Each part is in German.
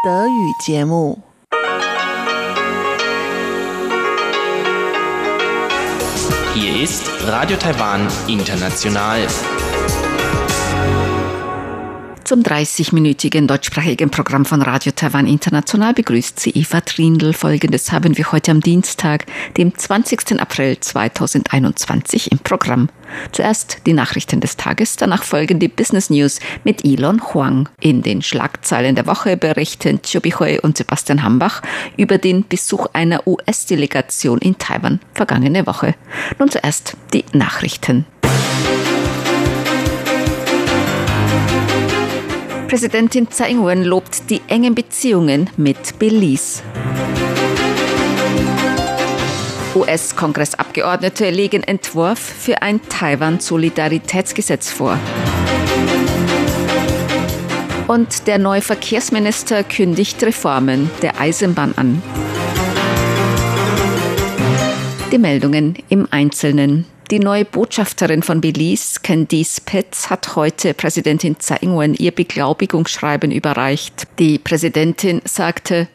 Hier ist Radio Taiwan International. Zum 30-minütigen deutschsprachigen Programm von Radio Taiwan International begrüßt sie Eva Trindl. Folgendes haben wir heute am Dienstag, dem 20. April 2021 im Programm. Zuerst die Nachrichten des Tages, danach folgen die Business News mit Elon Huang. In den Schlagzeilen der Woche berichten Chiu Bihui und Sebastian Hambach über den Besuch einer US-Delegation in Taiwan vergangene Woche. Nun zuerst die Nachrichten. Präsidentin Tsai Ing-wen lobt die engen Beziehungen mit Belize. US-Kongressabgeordnete legen Entwurf für ein Taiwan-Solidaritätsgesetz vor. Und der neue Verkehrsminister kündigt Reformen der Eisenbahn an. Die Meldungen im Einzelnen. Die neue Botschafterin von Belize, Candice Petz, hat heute Präsidentin Tsai Ing-wen ihr Beglaubigungsschreiben überreicht. Die Präsidentin sagte,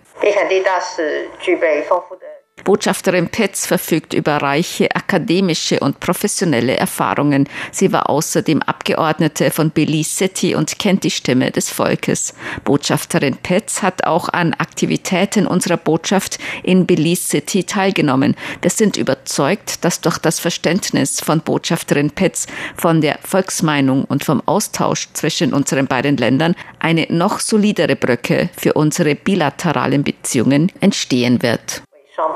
Botschafterin Petz verfügt über reiche akademische und professionelle Erfahrungen. Sie war außerdem Abgeordnete von Belize City und kennt die Stimme des Volkes. Botschafterin Petz hat auch an Aktivitäten unserer Botschaft in Belize City teilgenommen. Wir sind überzeugt, dass durch das Verständnis von Botschafterin Petz, von der Volksmeinung und vom Austausch zwischen unseren beiden Ländern eine noch solidere Brücke für unsere bilateralen Beziehungen entstehen wird.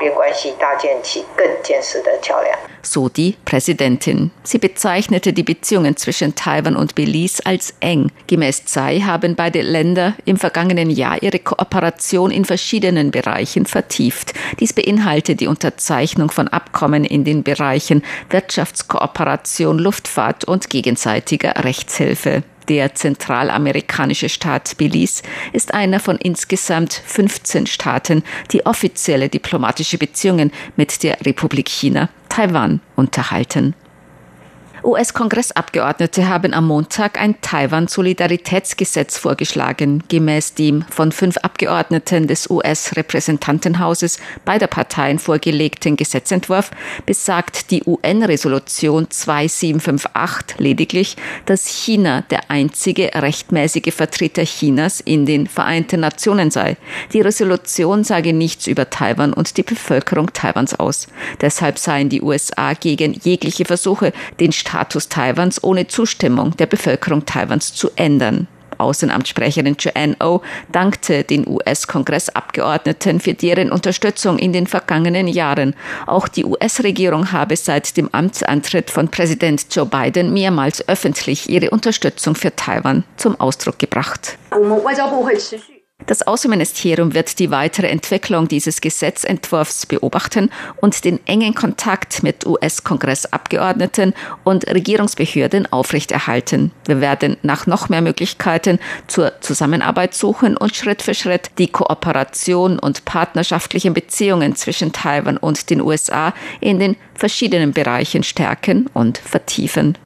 So die Präsidentin. Sie bezeichnete die Beziehungen zwischen Taiwan und Belize als eng. Gemäß Tsai haben beide Länder im vergangenen Jahr ihre Kooperation in verschiedenen Bereichen vertieft. Dies beinhaltet die Unterzeichnung von Abkommen in den Bereichen Wirtschaftskooperation, Luftfahrt und gegenseitiger Rechtshilfe. Der zentralamerikanische Staat Belize ist einer von insgesamt 15 Staaten, die offizielle diplomatische Beziehungen mit der Republik China, Taiwan, unterhalten. US-Kongressabgeordnete haben am Montag ein Taiwan-Solidaritätsgesetz vorgeschlagen. Gemäß dem von 5 Abgeordneten des US-Repräsentantenhauses beider Parteien vorgelegten Gesetzentwurf besagt die UN-Resolution 2758 lediglich, dass China der einzige rechtmäßige Vertreter Chinas in den Vereinten Nationen sei. Die Resolution sage nichts über Taiwan und die Bevölkerung Taiwans aus. Deshalb seien die USA gegen jegliche Versuche, den Status Taiwans ohne Zustimmung der Bevölkerung Taiwans zu ändern. Außenamtssprecherin Joanne Oh dankte den US-Kongressabgeordneten für deren Unterstützung in den vergangenen Jahren. Auch die US-Regierung habe seit dem Amtsantritt von Präsident Joe Biden mehrmals öffentlich ihre Unterstützung für Taiwan zum Ausdruck gebracht. Das Außenministerium wird die weitere Entwicklung dieses Gesetzentwurfs beobachten und den engen Kontakt mit US-Kongressabgeordneten und Regierungsbehörden aufrechterhalten. Wir werden nach noch mehr Möglichkeiten zur Zusammenarbeit suchen und Schritt für Schritt die Kooperation und partnerschaftlichen Beziehungen zwischen Taiwan und den USA in den verschiedenen Bereichen stärken und vertiefen.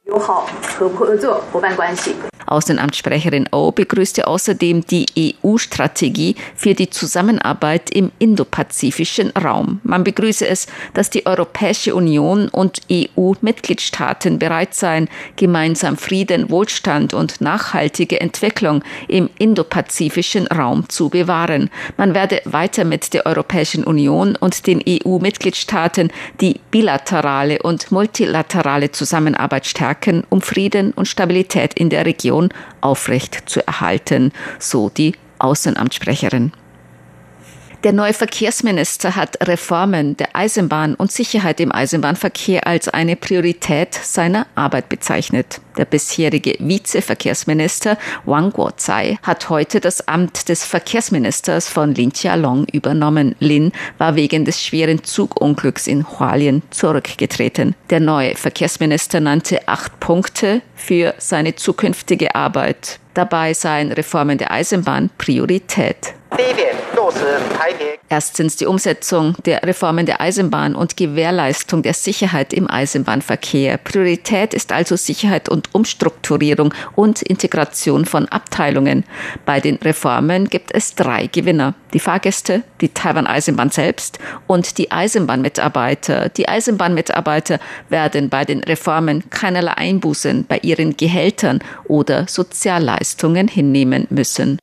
Außenamtssprecherin Oh begrüßte außerdem die EU-Strategie für die Zusammenarbeit im indopazifischen Raum. Man begrüße es, dass die Europäische Union und EU-Mitgliedstaaten bereit seien, gemeinsam Frieden, Wohlstand und nachhaltige Entwicklung im indopazifischen Raum zu bewahren. Man werde weiter mit der Europäischen Union und den EU-Mitgliedstaaten die bilaterale und multilaterale Zusammenarbeit stärken, um Frieden und Stabilität in der Region aufrecht zu erhalten, so die Außenamtssprecherin. Der neue Verkehrsminister hat Reformen der Eisenbahn und Sicherheit im Eisenbahnverkehr als eine Priorität seiner Arbeit bezeichnet. Der bisherige Vizeverkehrsminister Wang Guozai hat heute das Amt des Verkehrsministers von Lin Chia-long übernommen. Lin war wegen des schweren Zugunglücks in Hualien zurückgetreten. Der neue Verkehrsminister nannte 8 Punkte für seine zukünftige Arbeit. Dabei seien Reformen der Eisenbahn Priorität. Erstens die Umsetzung der Reformen der Eisenbahn und Gewährleistung der Sicherheit im Eisenbahnverkehr. Priorität ist also Sicherheit und Umstrukturierung und Integration von Abteilungen. Bei den Reformen gibt es 3 Gewinner: die Fahrgäste, die Taiwan-Eisenbahn selbst und die Eisenbahnmitarbeiter. Die Eisenbahnmitarbeiter werden bei den Reformen keinerlei Einbußen bei ihren Gehältern oder Sozialleistungen hinnehmen müssen.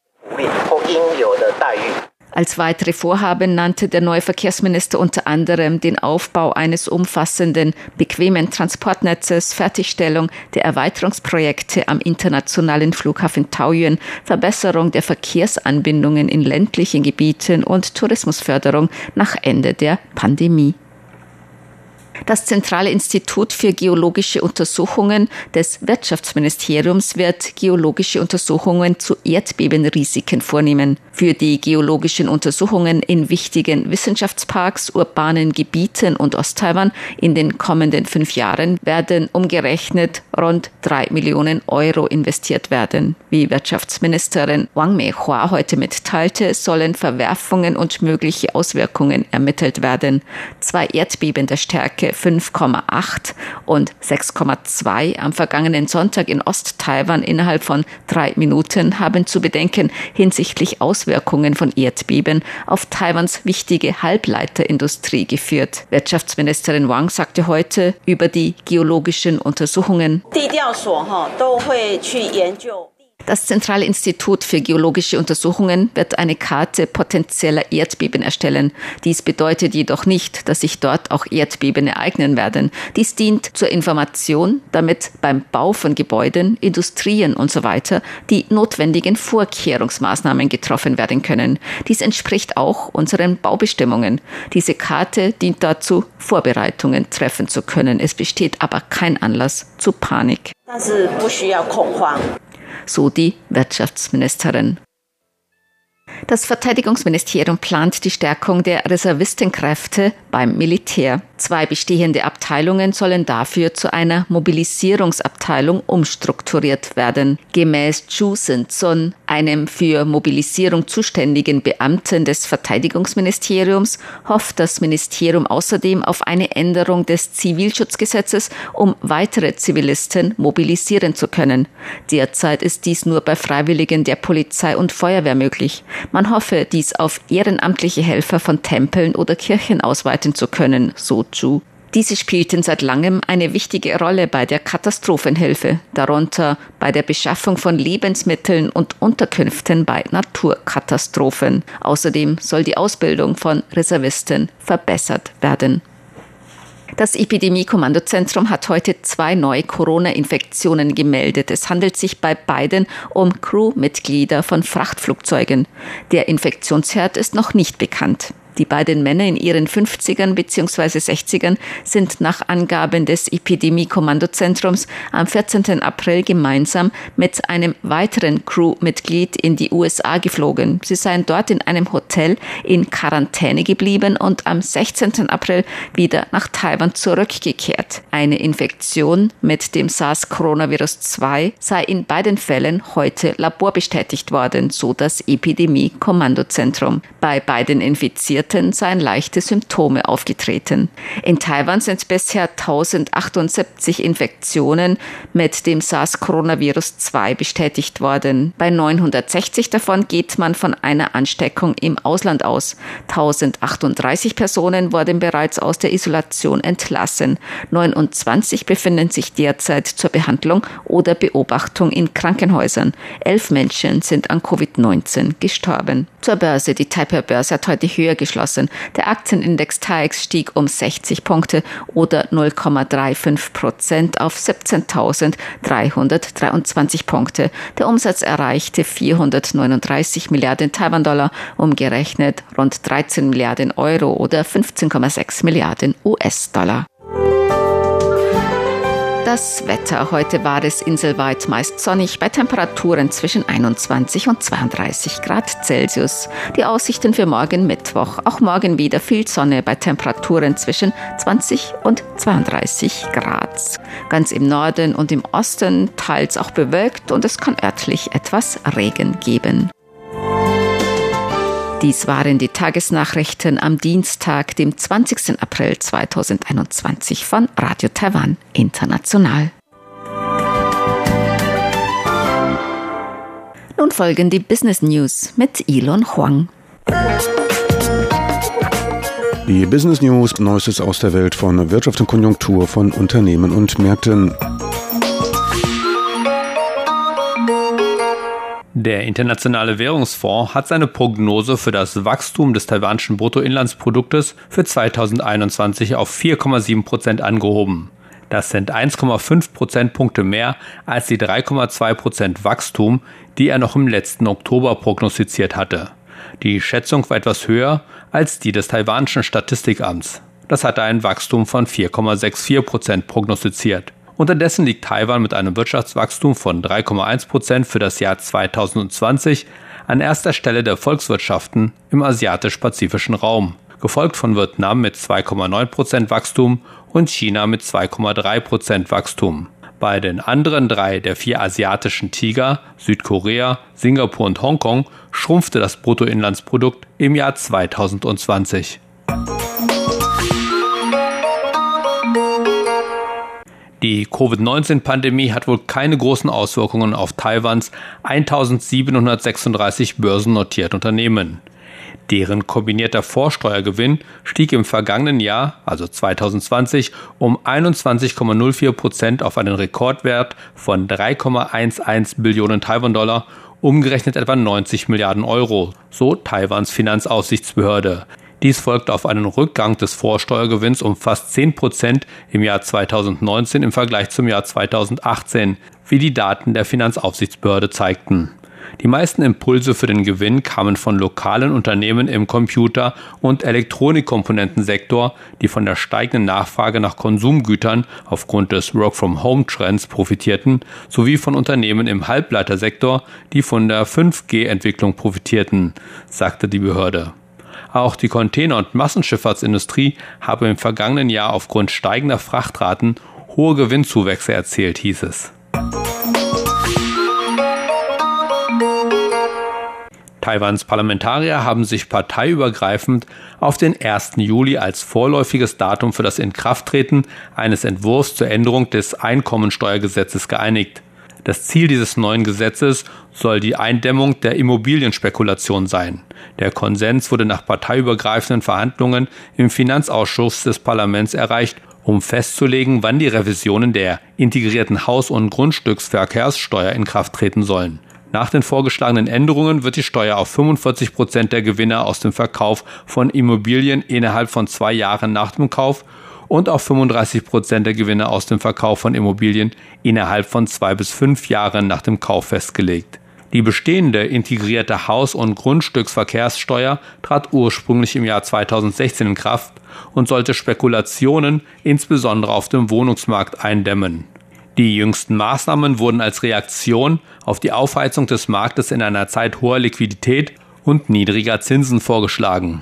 Als weitere Vorhaben nannte der neue Verkehrsminister unter anderem den Aufbau eines umfassenden, bequemen Transportnetzes, Fertigstellung der Erweiterungsprojekte am internationalen Flughafen Taoyuan, Verbesserung der Verkehrsanbindungen in ländlichen Gebieten und Tourismusförderung nach Ende der Pandemie. Das Zentrale Institut für geologische Untersuchungen des Wirtschaftsministeriums wird geologische Untersuchungen zu Erdbebenrisiken vornehmen. Für die geologischen Untersuchungen in wichtigen Wissenschaftsparks, urbanen Gebieten und Osttaiwan in den kommenden 5 Jahren werden umgerechnet rund 3 Millionen Euro investiert werden. Wie Wirtschaftsministerin Wang Meihua heute mitteilte, sollen Verwerfungen und mögliche Auswirkungen ermittelt werden. 2 Erdbeben der Stärke 5,8 und 6,2 am vergangenen Sonntag in Osttaiwan innerhalb von 3 Minuten haben zu bedenken hinsichtlich Auswirkungen von Erdbeben auf Taiwans wichtige Halbleiterindustrie geführt. Wirtschaftsministerin Wang sagte heute über die geologischen Untersuchungen: Das Zentrale Institut für geologische Untersuchungen wird eine Karte potenzieller Erdbeben erstellen. Dies bedeutet jedoch nicht, dass sich dort auch Erdbeben ereignen werden. Dies dient zur Information, damit beim Bau von Gebäuden, Industrien usw. die notwendigen Vorkehrungsmaßnahmen getroffen werden können. Dies entspricht auch unseren Baubestimmungen. Diese Karte dient dazu, Vorbereitungen treffen zu können. Es besteht aber kein Anlass zu Panik. So die Wirtschaftsministerin. Das Verteidigungsministerium plant die Stärkung der Reservistenkräfte beim Militär. 2 bestehende Abteilungen sollen dafür zu einer Mobilisierungsabteilung umstrukturiert werden. Gemäß Chu Sen-sun, einem für Mobilisierung zuständigen Beamten des Verteidigungsministeriums, hofft das Ministerium außerdem auf eine Änderung des Zivilschutzgesetzes, um weitere Zivilisten mobilisieren zu können. Derzeit ist dies nur bei Freiwilligen der Polizei und Feuerwehr möglich. Man hoffe, dies auf ehrenamtliche Helfer von Tempeln oder Kirchen ausweiten zu können, so Chu. Diese spielten seit langem eine wichtige Rolle bei der Katastrophenhilfe, darunter bei der Beschaffung von Lebensmitteln und Unterkünften bei Naturkatastrophen. Außerdem soll die Ausbildung von Reservisten verbessert werden. Das Epidemie-Kommandozentrum hat heute 2 neue Corona-Infektionen gemeldet. Es handelt sich bei beiden um Crewmitglieder von Frachtflugzeugen. Der Infektionsherd ist noch nicht bekannt. Die beiden Männer in ihren 50ern bzw. 60ern sind nach Angaben des Epidemie-Kommandozentrums am 14. April gemeinsam mit einem weiteren Crewmitglied in die USA geflogen. Sie seien dort in einem Hotel in Quarantäne geblieben und am 16. April wieder nach Taiwan zurückgekehrt. Eine Infektion mit dem SARS-Coronavirus-2 sei in beiden Fällen heute laborbestätigt worden, so das Epidemie-Kommandozentrum. Bei beiden Infizierten seien leichte Symptome aufgetreten. In Taiwan sind bisher 1078 Infektionen mit dem SARS-Coronavirus-2 bestätigt worden. Bei 960 davon geht man von einer Ansteckung im Ausland aus. 1038 Personen wurden bereits aus der Isolation entlassen. 29 befinden sich derzeit zur Behandlung oder Beobachtung in Krankenhäusern. 11 Menschen sind an Covid-19 gestorben. Zur Börse. Die Taipei-Börse hat heute höher geschlossen. Der Aktienindex TAIEX stieg um 60 Punkte oder 0,35% auf 17.323 Punkte. Der Umsatz erreichte 439 Milliarden Taiwan-Dollar, umgerechnet rund 13 Milliarden Euro oder 15,6 Milliarden US-Dollar. Das Wetter. Heute war es inselweit meist sonnig bei Temperaturen zwischen 21 und 32 Grad Celsius. Die Aussichten für morgen Mittwoch. Auch morgen wieder viel Sonne bei Temperaturen zwischen 20 und 32 Grad. Ganz im Norden und im Osten teils auch bewölkt und es kann örtlich etwas Regen geben. Dies waren die Tagesnachrichten am Dienstag, dem 20. April 2021 von Radio Taiwan International. Nun folgen die Business News mit Elon Huang. Die Business News, Neuestes aus der Welt von Wirtschaft und Konjunktur, von Unternehmen und Märkten. Der Internationale Währungsfonds hat seine Prognose für das Wachstum des taiwanischen Bruttoinlandsproduktes für 2021 auf 4,7% angehoben. Das sind 1,5 Prozentpunkte mehr als die 3,2% Wachstum, die er noch im letzten Oktober prognostiziert hatte. Die Schätzung war etwas höher als die des taiwanischen Statistikamts. Das hatte ein Wachstum von 4,64% prognostiziert. Unterdessen liegt Taiwan mit einem Wirtschaftswachstum von 3,1% für das Jahr 2020 an erster Stelle der Volkswirtschaften im asiatisch-pazifischen Raum, gefolgt von Vietnam mit 2,9% Wachstum und China mit 2,3% Wachstum. Bei den anderen 3 der 4 asiatischen Tiger, Südkorea, Singapur und Hongkong, schrumpfte das Bruttoinlandsprodukt im Jahr 2020. Die Covid-19-Pandemie hat wohl keine großen Auswirkungen auf Taiwans 1736 börsennotierten Unternehmen. Deren kombinierter Vorsteuergewinn stieg im vergangenen Jahr, also 2020, um 21,04% auf einen Rekordwert von 3,11 Billionen Taiwan-Dollar, umgerechnet etwa 90 Milliarden Euro, so Taiwans Finanzaufsichtsbehörde. Dies folgt auf einen Rückgang des Vorsteuergewinns um fast 10% im Jahr 2019 im Vergleich zum Jahr 2018, wie die Daten der Finanzaufsichtsbehörde zeigten. Die meisten Impulse für den Gewinn kamen von lokalen Unternehmen im Computer- und Elektronikkomponentensektor, die von der steigenden Nachfrage nach Konsumgütern aufgrund des Work-from-Home-Trends profitierten, sowie von Unternehmen im Halbleitersektor, die von der 5G-Entwicklung profitierten, sagte die Behörde. Auch die Container- und Massenschifffahrtsindustrie habe im vergangenen Jahr aufgrund steigender Frachtraten hohe Gewinnzuwächse erzielt, hieß es. Taiwans Parlamentarier haben sich parteiübergreifend auf den 1. Juli als vorläufiges Datum für das Inkrafttreten eines Entwurfs zur Änderung des Einkommensteuergesetzes geeinigt. Das Ziel dieses neuen Gesetzes soll die Eindämmung der Immobilienspekulation sein. Der Konsens wurde nach parteiübergreifenden Verhandlungen im Finanzausschuss des Parlaments erreicht, um festzulegen, wann die Revisionen der integrierten Haus- und Grundstücksverkehrssteuer in Kraft treten sollen. Nach den vorgeschlagenen Änderungen wird die Steuer auf 45% der Gewinne aus dem Verkauf von Immobilien innerhalb von 2 Jahren nach dem Kauf und auf 35% der Gewinne aus dem Verkauf von Immobilien innerhalb von 2 bis 5 Jahren nach dem Kauf festgelegt. Die bestehende integrierte Haus- und Grundstücksverkehrssteuer trat ursprünglich im Jahr 2016 in Kraft und sollte Spekulationen insbesondere auf dem Wohnungsmarkt eindämmen. Die jüngsten Maßnahmen wurden als Reaktion auf die Aufheizung des Marktes in einer Zeit hoher Liquidität und niedriger Zinsen vorgeschlagen.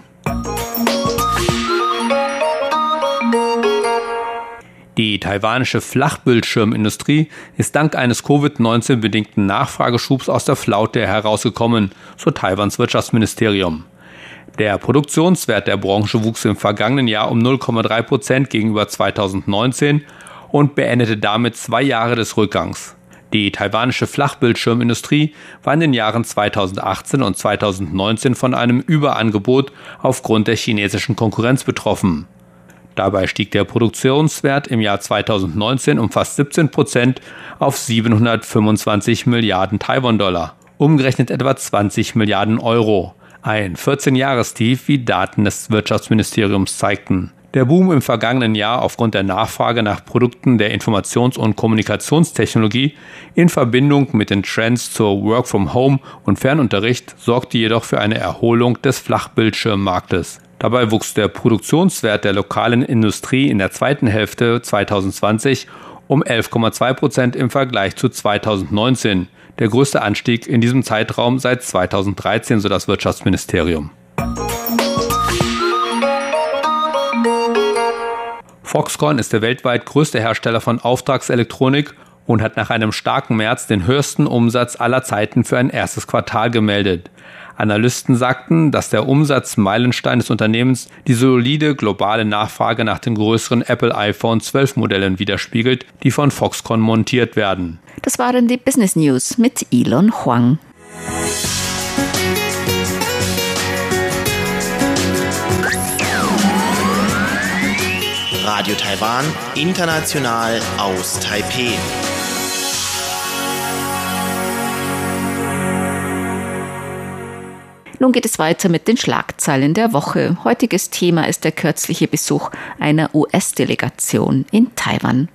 Die taiwanische Flachbildschirmindustrie ist dank eines Covid-19-bedingten Nachfrageschubs aus der Flaute herausgekommen, so Taiwans Wirtschaftsministerium. Der Produktionswert der Branche wuchs im vergangenen Jahr um 0,3% gegenüber 2019 und beendete damit 2 Jahre des Rückgangs. Die taiwanische Flachbildschirmindustrie war in den Jahren 2018 und 2019 von einem Überangebot aufgrund der chinesischen Konkurrenz betroffen. Dabei stieg der Produktionswert im Jahr 2019 um fast 17% auf 725 Milliarden Taiwan-Dollar, umgerechnet etwa 20 Milliarden Euro. Ein 14-Jahrestief, wie Daten des Wirtschaftsministeriums zeigten. Der Boom im vergangenen Jahr aufgrund der Nachfrage nach Produkten der Informations- und Kommunikationstechnologie in Verbindung mit den Trends zur Work-from-Home und Fernunterricht sorgte jedoch für eine Erholung des Flachbildschirmmarktes. Dabei wuchs der Produktionswert der lokalen Industrie in der zweiten Hälfte 2020 um 11,2% im Vergleich zu 2019, der größte Anstieg in diesem Zeitraum seit 2013, so das Wirtschaftsministerium. Foxconn ist der weltweit größte Hersteller von Auftragselektronik und hat nach einem starken März den höchsten Umsatz aller Zeiten für ein erstes Quartal gemeldet. Analysten sagten, dass der Umsatzmeilenstein des Unternehmens die solide globale Nachfrage nach den größeren Apple iPhone 12 Modellen widerspiegelt, die von Foxconn montiert werden. Das waren die Business News mit Elon Huang. Radio Taiwan, international aus Taipeh. Nun geht es weiter mit den Schlagzeilen der Woche. Heutiges Thema ist der kürzliche Besuch einer US-Delegation in Taiwan.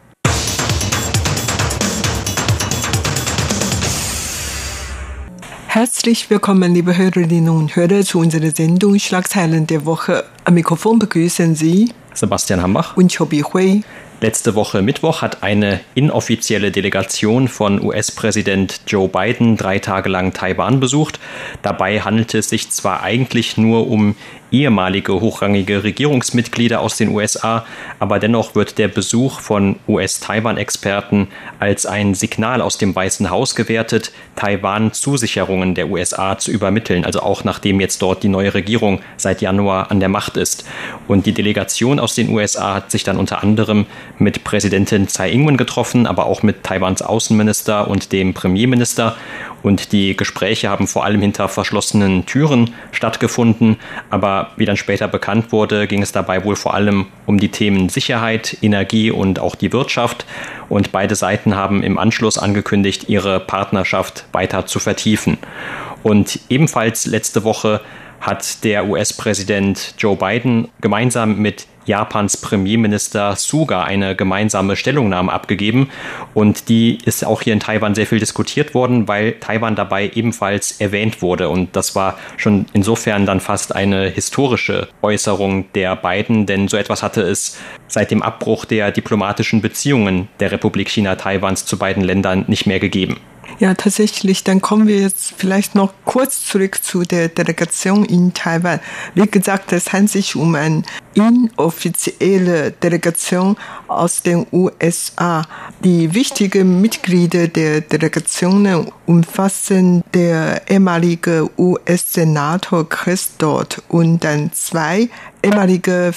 Herzlich willkommen, liebe Hörerinnen und Hörer, zu unserer Sendung Schlagzeilen der Woche. Am Mikrofon begrüßen Sie Sebastian Hambach und Chobi Hui. Letzte Woche Mittwoch hat eine inoffizielle Delegation von US-Präsident Joe Biden 3 Tage lang Taiwan besucht. Dabei handelte es sich zwar eigentlich nur um ehemalige hochrangige Regierungsmitglieder aus den USA, aber dennoch wird der Besuch von US-Taiwan-Experten als ein Signal aus dem Weißen Haus gewertet, Taiwan Zusicherungen der USA zu übermitteln, also auch nachdem jetzt dort die neue Regierung seit Januar an der Macht ist. Und die Delegation aus den USA hat sich dann unter anderem mit Präsidentin Tsai Ing-wen getroffen, aber auch mit Taiwans Außenminister und dem Premierminister. Und die Gespräche haben vor allem hinter verschlossenen Türen stattgefunden. Aber wie dann später bekannt wurde, ging es dabei wohl vor allem um die Themen Sicherheit, Energie und auch die Wirtschaft. Und beide Seiten haben im Anschluss angekündigt, ihre Partnerschaft weiter zu vertiefen. Und ebenfalls letzte Woche hat der US-Präsident Joe Biden gemeinsam mit Japans Premierminister Suga eine gemeinsame Stellungnahme abgegeben. Und die ist auch hier in Taiwan sehr viel diskutiert worden, weil Taiwan dabei ebenfalls erwähnt wurde. Und das war schon insofern dann fast eine historische Äußerung der beiden, denn so etwas hatte es seit dem Abbruch der diplomatischen Beziehungen der Republik China-Taiwans zu beiden Ländern nicht mehr gegeben. Ja, tatsächlich. Dann kommen wir jetzt vielleicht noch kurz zurück zu der Delegation in Taiwan. Wie gesagt, es handelt sich um eine inoffizielle Delegation aus den USA. Die wichtigen Mitglieder der Delegationen umfassen der ehemalige US-Senator Chris Dodd und dann 2 ehemalige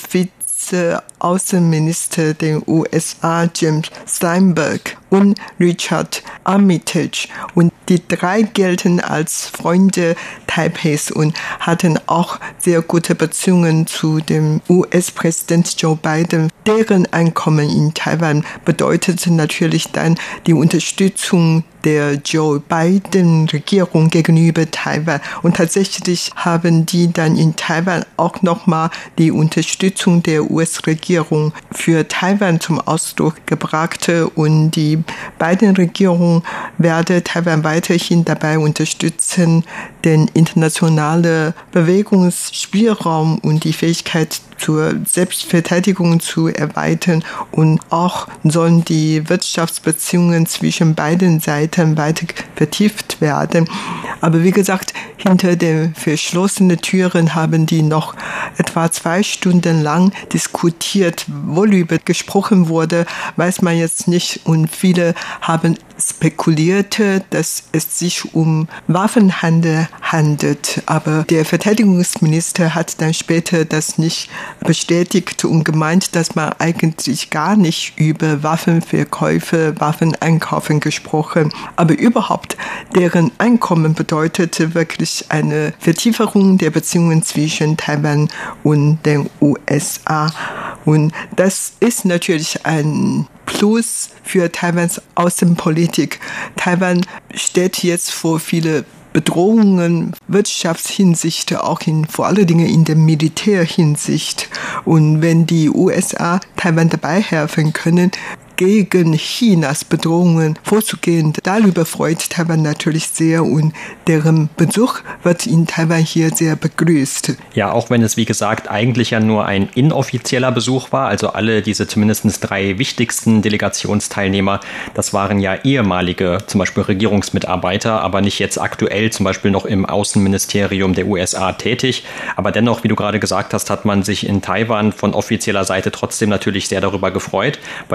Außenminister der USA James Steinberg und Richard Armitage. Und die 3 gelten als Freunde Taipeis und hatten auch sehr gute Beziehungen zu dem US-Präsident Joe Biden. Deren Ankommen in Taiwan bedeutete natürlich dann die Unterstützung der Joe Biden-Regierung gegenüber Taiwan. Und tatsächlich haben die dann in Taiwan auch nochmal die Unterstützung der US-Regierung für Taiwan zum Ausdruck gebracht. Und die beiden Regierungen werden Taiwan weiterhin dabei unterstützen, den internationalen Bewegungsspielraum und die Fähigkeit zur Selbstverteidigung zu erweitern, und auch sollen die Wirtschaftsbeziehungen zwischen beiden Seiten weiter vertieft werden. Aber wie gesagt, hinter den verschlossenen Türen haben die noch etwa 2 Stunden lang diskutiert. Worüber gesprochen wurde, weiß man jetzt nicht, und viele haben spekuliert, dass es sich um Waffenhandel handelt. Aber der Verteidigungsminister hat dann später das nicht bestätigt und gemeint, dass man eigentlich gar nicht über Waffenverkäufe, Waffeneinkaufen gesprochen. Aber überhaupt, deren Einkommen bedeutete wirklich eine Vertiefung der Beziehungen zwischen Taiwan und den USA. Und das ist natürlich ein Plus für Taiwans Außenpolitik. Taiwan steht jetzt vor viele Bedrohungen, Wirtschaftshinsicht, auch vor allen Dingen in der Militärhinsicht. Und wenn die USA Taiwan dabei helfen können, gegen Chinas Bedrohungen vorzugehen, darüber freut Taiwan natürlich sehr, und deren Besuch wird in Taiwan hier sehr begrüßt. Ja, auch wenn es, wie gesagt, eigentlich ja nur ein inoffizieller Besuch war, also alle diese zumindest 3 wichtigsten Delegationsteilnehmer, das waren ja ehemalige, zum Beispiel Regierungsmitarbeiter, aber nicht jetzt aktuell zum Beispiel noch im Außenministerium der USA tätig. Aber dennoch, wie du gerade gesagt hast, hat man sich in Taiwan von offizieller Seite trotzdem natürlich sehr darüber gefreut, weil das als eine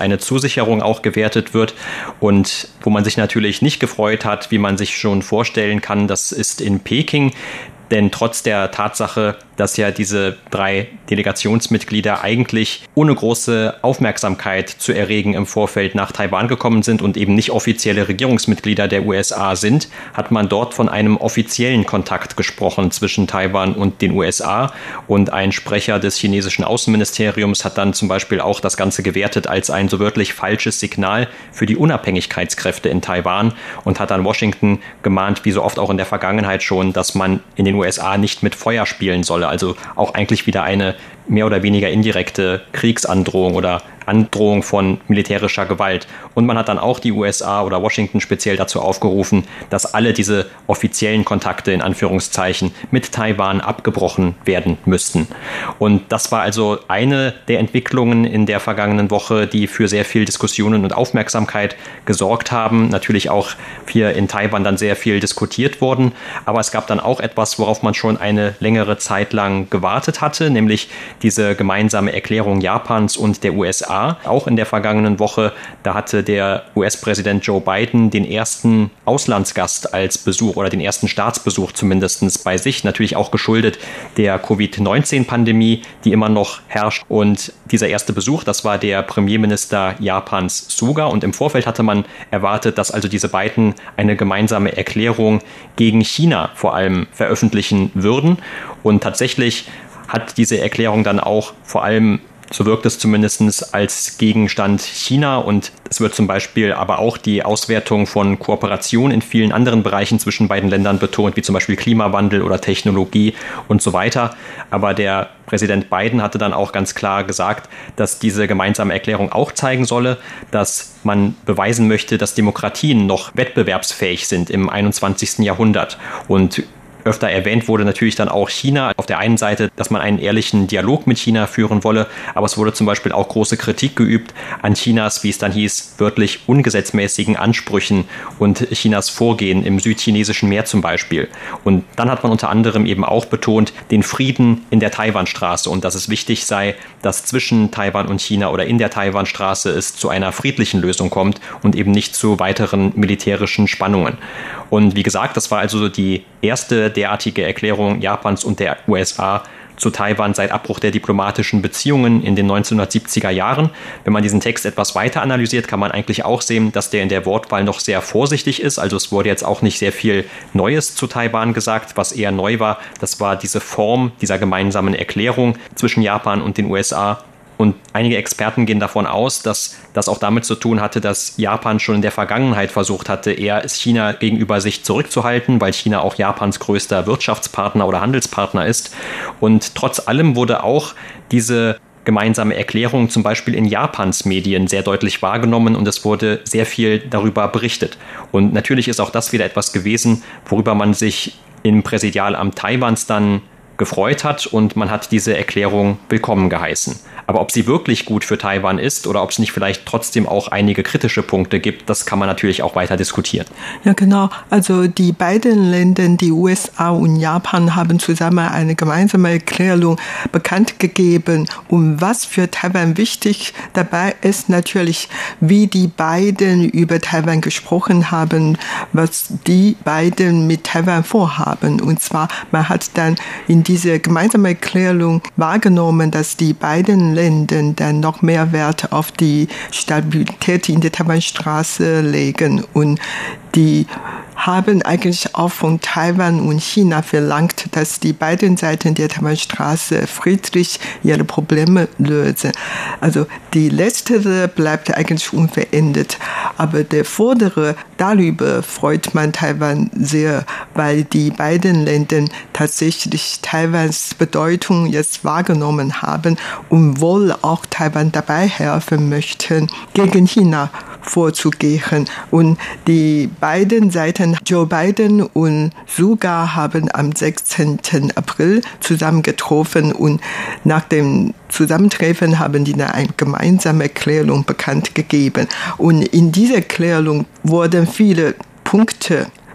eine Zusicherung auch gewertet wird. Und wo man sich natürlich nicht gefreut hat, wie man sich schon vorstellen kann, das ist in Peking. Denn trotz der Tatsache, dass ja diese 3 Delegationsmitglieder eigentlich ohne große Aufmerksamkeit zu erregen im Vorfeld nach Taiwan gekommen sind und eben nicht offizielle Regierungsmitglieder der USA sind, hat man dort von einem offiziellen Kontakt gesprochen zwischen Taiwan und den USA. Und ein Sprecher des chinesischen Außenministeriums hat dann zum Beispiel auch das Ganze gewertet als ein so wörtlich falsches Signal für die Unabhängigkeitskräfte in Taiwan und hat dann Washington gemahnt, wie so oft auch in der Vergangenheit schon, dass man in den USA nicht mit Feuer spielen solle. Also auch eigentlich wieder eine mehr oder weniger indirekte Kriegsandrohung oder Androhung von militärischer Gewalt. Und man hat dann auch die USA oder Washington speziell dazu aufgerufen, dass alle diese offiziellen Kontakte in Anführungszeichen mit Taiwan abgebrochen werden müssten. Und das war also eine der Entwicklungen in der vergangenen Woche, die für sehr viel Diskussionen und Aufmerksamkeit gesorgt haben. Natürlich auch hier in Taiwan dann sehr viel diskutiert worden. Aber es gab dann auch etwas, worauf man schon eine längere Zeit lang gewartet hatte, nämlich diese gemeinsame Erklärung Japans und der USA. Auch in der vergangenen Woche, da hatte der US-Präsident Joe Biden den ersten Auslandsgast als Besuch oder den ersten Staatsbesuch zumindest bei sich, natürlich auch geschuldet der Covid-19-Pandemie, die immer noch herrscht. Und dieser erste Besuch, das war der Premierminister Japans Suga. Und im Vorfeld hatte man erwartet, dass also diese beiden eine gemeinsame Erklärung gegen China vor allem veröffentlichen würden. Und tatsächlich hat diese Erklärung dann auch vor allem, so wirkt es zumindest, als Gegenstand China, und es wird zum Beispiel aber auch die Auswertung von Kooperation in vielen anderen Bereichen zwischen beiden Ländern betont, wie zum Beispiel Klimawandel oder Technologie und so weiter. Aber der Präsident Biden hatte dann auch ganz klar gesagt, dass diese gemeinsame Erklärung auch zeigen solle, dass man beweisen möchte, dass Demokratien noch wettbewerbsfähig sind im 21. Jahrhundert. Und öfter erwähnt wurde natürlich dann auch China. Auf der einen Seite, dass man einen ehrlichen Dialog mit China führen wolle, aber es wurde zum Beispiel auch große Kritik geübt an Chinas, wie es dann hieß, wörtlich ungesetzmäßigen Ansprüchen und Chinas Vorgehen im südchinesischen Meer zum Beispiel. Und dann hat man unter anderem eben auch betont, den Frieden in der Taiwanstraße und dass es wichtig sei, dass zwischen Taiwan und China oder in der Taiwanstraße es zu einer friedlichen Lösung kommt und eben nicht zu weiteren militärischen Spannungen. Und wie gesagt, das war also die erste derartige Erklärung Japans und der USA zu Taiwan seit Abbruch der diplomatischen Beziehungen in den 1970er Jahren. Wenn man diesen Text etwas weiter analysiert, kann man eigentlich auch sehen, dass der in der Wortwahl noch sehr vorsichtig ist. Also es wurde jetzt auch nicht sehr viel Neues zu Taiwan gesagt. Was eher neu war, das war diese Form dieser gemeinsamen Erklärung zwischen Japan und den USA. Und einige Experten gehen davon aus, dass das auch damit zu tun hatte, dass Japan schon in der Vergangenheit versucht hatte, eher China gegenüber sich zurückzuhalten, weil China auch Japans größter Wirtschaftspartner oder Handelspartner ist. Und trotz allem wurde auch diese gemeinsame Erklärung zum Beispiel in Japans Medien sehr deutlich wahrgenommen und es wurde sehr viel darüber berichtet. Und natürlich ist auch das wieder etwas gewesen, worüber man sich im Präsidialamt Taiwans dann gefreut hat und man hat diese Erklärung willkommen geheißen. Aber ob sie wirklich gut für Taiwan ist oder ob es nicht vielleicht trotzdem auch einige kritische Punkte gibt, das kann man natürlich auch weiter diskutieren. Ja, genau. Also die beiden Länder, die USA und Japan, haben zusammen eine gemeinsame Erklärung bekannt gegeben. Und was für Taiwan wichtig dabei ist, natürlich, wie die beiden über Taiwan gesprochen haben, was die beiden mit Taiwan vorhaben. Und zwar, man hat dann in dieser gemeinsamen Erklärung wahrgenommen, dass die beiden Länder dann noch mehr Wert auf die Stabilität in der Taiwanstraße legen. Und die haben eigentlich auch von Taiwan und China verlangt, dass die beiden Seiten der Taiwanstraße friedlich ihre Probleme lösen. Also die letztere bleibt eigentlich unverändert, aber der vordere, darüber freut man Taiwan sehr, weil die beiden Länder tatsächlich Taiwans Bedeutung jetzt wahrgenommen haben und wohl auch Taiwan dabei helfen möchten, gegen China vorzugehen. Und die beiden Seiten, Joe Biden und Suga, haben am 16. April zusammengetroffen und nach dem Zusammentreffen haben die eine gemeinsame Erklärung bekannt gegeben. Und in dieser Erklärung wurden viele Punkte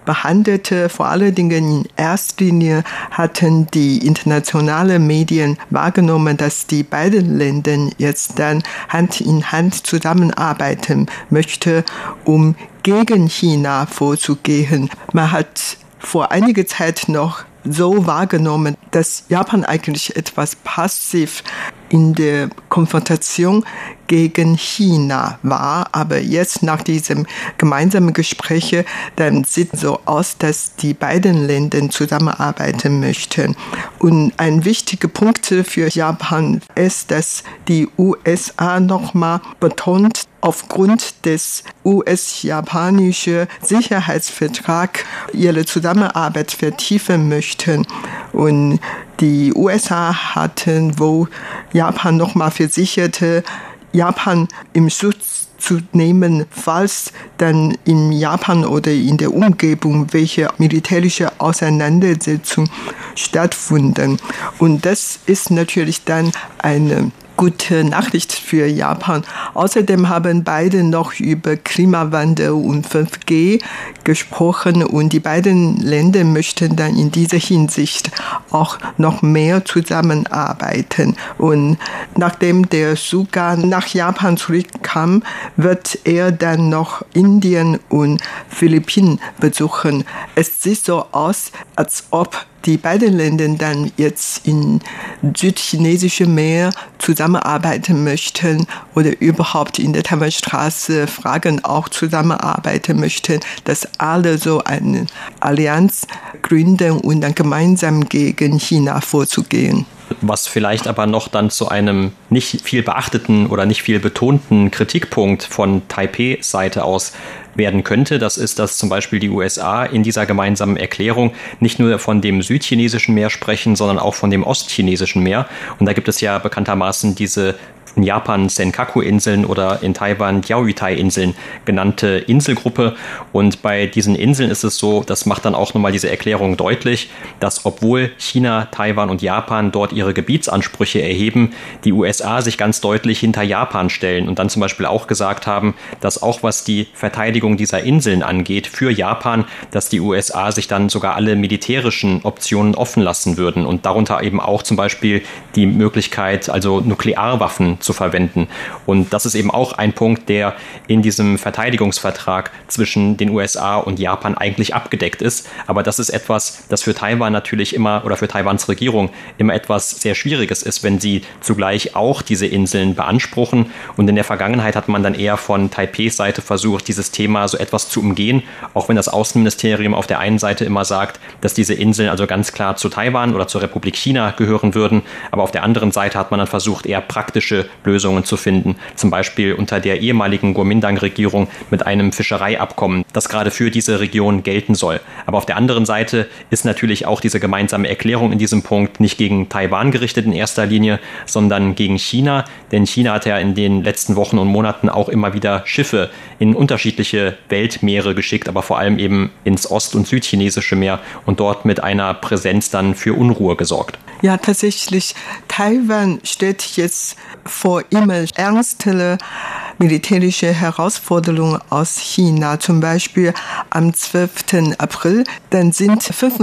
behandelte. Vor allen Dingen in erster Linie hatten die internationalen Medien wahrgenommen, dass die beiden Länder jetzt dann Hand in Hand zusammenarbeiten möchten, um gegen China vorzugehen. Man hat vor einiger Zeit noch so wahrgenommen, dass Japan eigentlich etwas passiv in der Konfrontation gegen China war. Aber jetzt nach diesem gemeinsamen Gespräch, dann sieht es so aus, dass die beiden Länder zusammenarbeiten möchten. Und ein wichtiger Punkt für Japan ist, dass die USA nochmal betont, aufgrund des US-japanischen Sicherheitsvertrags ihre Zusammenarbeit vertiefen möchten. Und die USA hatten, wo Japan nochmal versicherte, Japan im Schutz zu nehmen, falls dann in Japan oder in der Umgebung welche militärische Auseinandersetzungen stattfinden. Und das ist natürlich dann eine gute Nachricht für Japan. Außerdem haben beide noch über Klimawandel und 5G gesprochen und die beiden Länder möchten dann in dieser Hinsicht auch noch mehr zusammenarbeiten. Und nachdem der Suga nach Japan zurückkam, wird er dann noch Indien und Philippinen besuchen. Es sieht so aus, als ob die beiden Länder dann jetzt im südchinesischen Meer zusammenarbeiten möchten oder überhaupt in der Taiwanstraße Fragen auch zusammenarbeiten möchten, dass alle so eine Allianz gründen und dann gemeinsam gegen China vorzugehen. Was vielleicht aber noch dann zu einem nicht viel beachteten oder nicht viel betonten Kritikpunkt von Taipei-Seite aus werden könnte, das ist, dass zum Beispiel die USA in dieser gemeinsamen Erklärung nicht nur von dem südchinesischen Meer sprechen, sondern auch von dem ostchinesischen Meer. Und da gibt es ja bekanntermaßen diese in Japan Senkaku-Inseln oder in Taiwan Diaoyutai-Inseln genannte Inselgruppe. Und bei diesen Inseln ist es so, das macht dann auch nochmal diese Erklärung deutlich, dass obwohl China, Taiwan und Japan dort ihre Gebietsansprüche erheben, die USA sich ganz deutlich hinter Japan stellen und dann zum Beispiel auch gesagt haben, dass auch was die Verteidigung dieser Inseln angeht für Japan, dass die USA sich dann sogar alle militärischen Optionen offen lassen würden und darunter eben auch zum Beispiel die Möglichkeit, also Nuklearwaffen zu verwenden. Und das ist eben auch ein Punkt, der in diesem Verteidigungsvertrag zwischen den USA und Japan eigentlich abgedeckt ist. Aber das ist etwas, das für Taiwan natürlich immer oder für Taiwans Regierung immer etwas sehr Schwieriges ist, wenn sie zugleich auch diese Inseln beanspruchen. Und in der Vergangenheit hat man dann eher von Taipeis Seite versucht, dieses Thema so etwas zu umgehen, auch wenn das Außenministerium auf der einen Seite immer sagt, dass diese Inseln also ganz klar zu Taiwan oder zur Republik China gehören würden. Aber auf der anderen Seite hat man dann versucht, eher praktische Lösungen zu finden. Zum Beispiel unter der ehemaligen Kuomintang-Regierung mit einem Fischereiabkommen, das gerade für diese Region gelten soll. Aber auf der anderen Seite ist natürlich auch diese gemeinsame Erklärung in diesem Punkt nicht gegen Taiwan gerichtet in erster Linie, sondern gegen China. Denn China hat ja in den letzten Wochen und Monaten auch immer wieder Schiffe in unterschiedliche Weltmeere geschickt, aber vor allem eben ins ost- und südchinesische Meer und dort mit einer Präsenz dann für Unruhe gesorgt. Ja, tatsächlich. Taiwan steht jetzt vor immer ernstere militärische Herausforderungen aus China. Zum Beispiel am 12. April, dann sind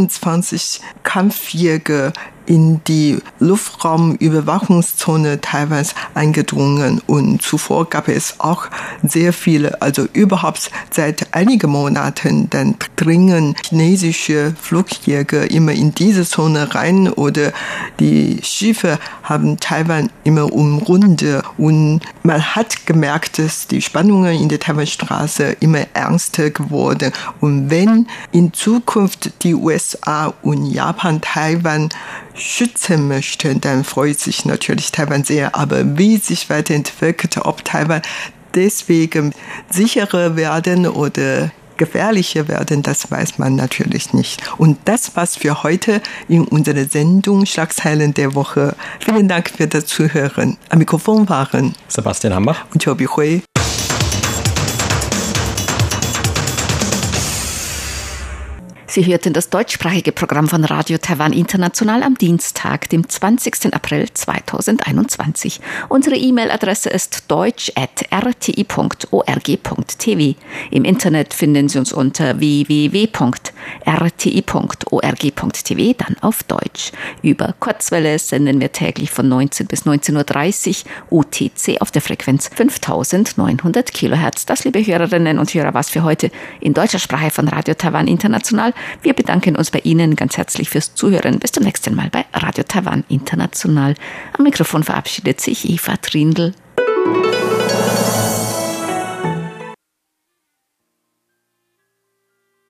25 Kampfjäger in die Luftraumüberwachungszone Taiwans eingedrungen und zuvor gab es auch sehr viele, also überhaupt seit einigen Monaten, dann dringen chinesische Flugjäger immer in diese Zone rein oder die Schiffe haben Taiwan immer umrundet und man hat gemerkt, dass die Spannungen in der Taiwanstraße immer ernster geworden und wenn in Zukunft die USA und Japan Taiwan schützen möchten, dann freut sich natürlich Taiwan sehr. Aber wie sich weiterentwickelt, ob Taiwan deswegen sicherer werden oder gefährlicher werden, das weiß man natürlich nicht. Und das war's für heute in unserer Sendung Schlagzeilen der Woche. Vielen Dank für das Zuhören. Am Mikrofon waren Sebastian Hambach und Chobi Hui. Sie hörten das deutschsprachige Programm von Radio Taiwan International am Dienstag, dem 20. April 2021. Unsere E-Mail-Adresse ist deutsch@rti.org.tv. Im Internet finden Sie uns unter www.rti.org.tv, dann auf Deutsch. Über Kurzwelle senden wir täglich von 19 bis 19.30 Uhr UTC auf der Frequenz 5900 Kilohertz. Das, liebe Hörerinnen und Hörer, war's für heute in deutscher Sprache von Radio Taiwan International. Wir bedanken uns bei Ihnen ganz herzlich fürs Zuhören. Bis zum nächsten Mal bei Radio Taiwan International. Am Mikrofon verabschiedet sich Eva Trindl.